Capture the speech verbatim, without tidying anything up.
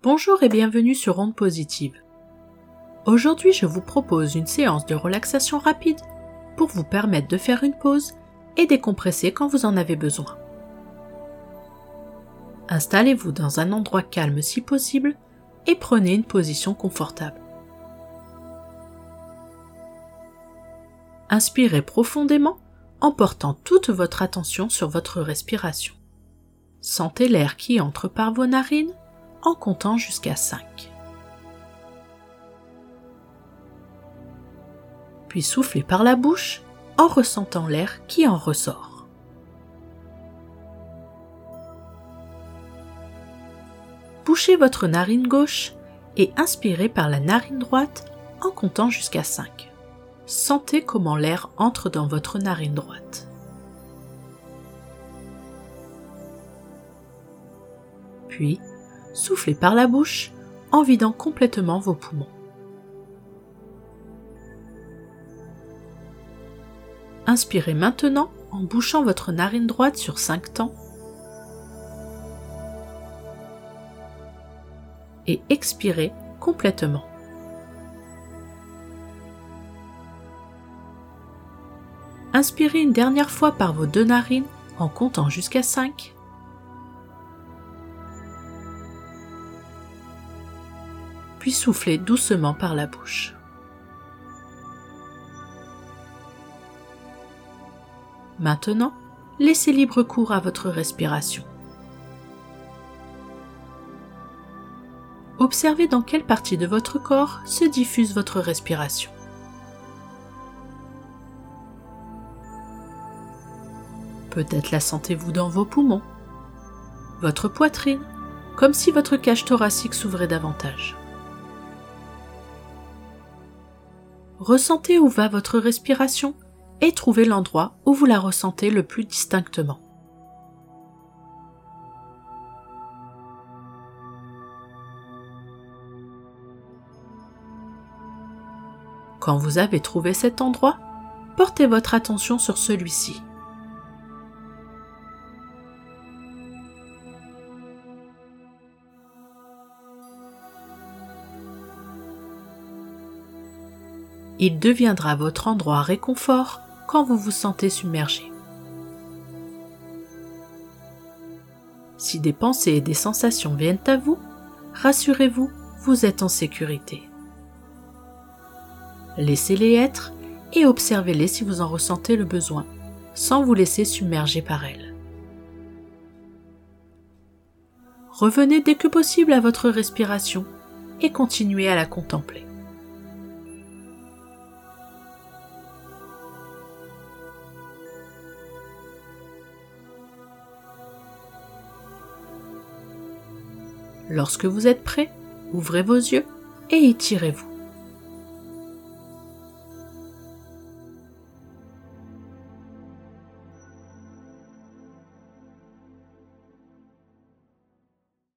Bonjour et bienvenue sur Ondes Positives. Aujourd'hui, je vous propose une séance de relaxation rapide pour vous permettre de faire une pause et décompresser quand vous en avez besoin. Installez-vous dans un endroit calme si possible et prenez une position confortable. Inspirez profondément en portant toute votre attention sur votre respiration. Sentez l'air qui entre par vos narines en comptant jusqu'à cinq. Puis soufflez par la bouche en ressentant l'air qui en ressort. Bouchez votre narine gauche et inspirez par la narine droite en comptant jusqu'à cinq. Sentez comment l'air entre dans votre narine droite. Puis, soufflez par la bouche en vidant complètement vos poumons. Inspirez maintenant en bouchant votre narine droite sur cinq temps et expirez complètement. Inspirez une dernière fois par vos deux narines en comptant jusqu'à cinq. Puis soufflez doucement par la bouche. Maintenant, laissez libre cours à votre respiration. Observez dans quelle partie de votre corps se diffuse votre respiration. Peut-être la sentez-vous dans vos poumons, votre poitrine, comme si votre cage thoracique s'ouvrait davantage. Ressentez où va votre respiration et trouvez l'endroit où vous la ressentez le plus distinctement. Quand vous avez trouvé cet endroit, portez votre attention sur celui-ci. Il deviendra votre endroit réconfort quand vous vous sentez submergé. Si des pensées et des sensations viennent à vous, rassurez-vous, vous êtes en sécurité. Laissez-les être et observez-les si vous en ressentez le besoin, sans vous laisser submerger par elles. Revenez dès que possible à votre respiration et continuez à la contempler. Lorsque vous êtes prêt, ouvrez vos yeux et étirez-vous.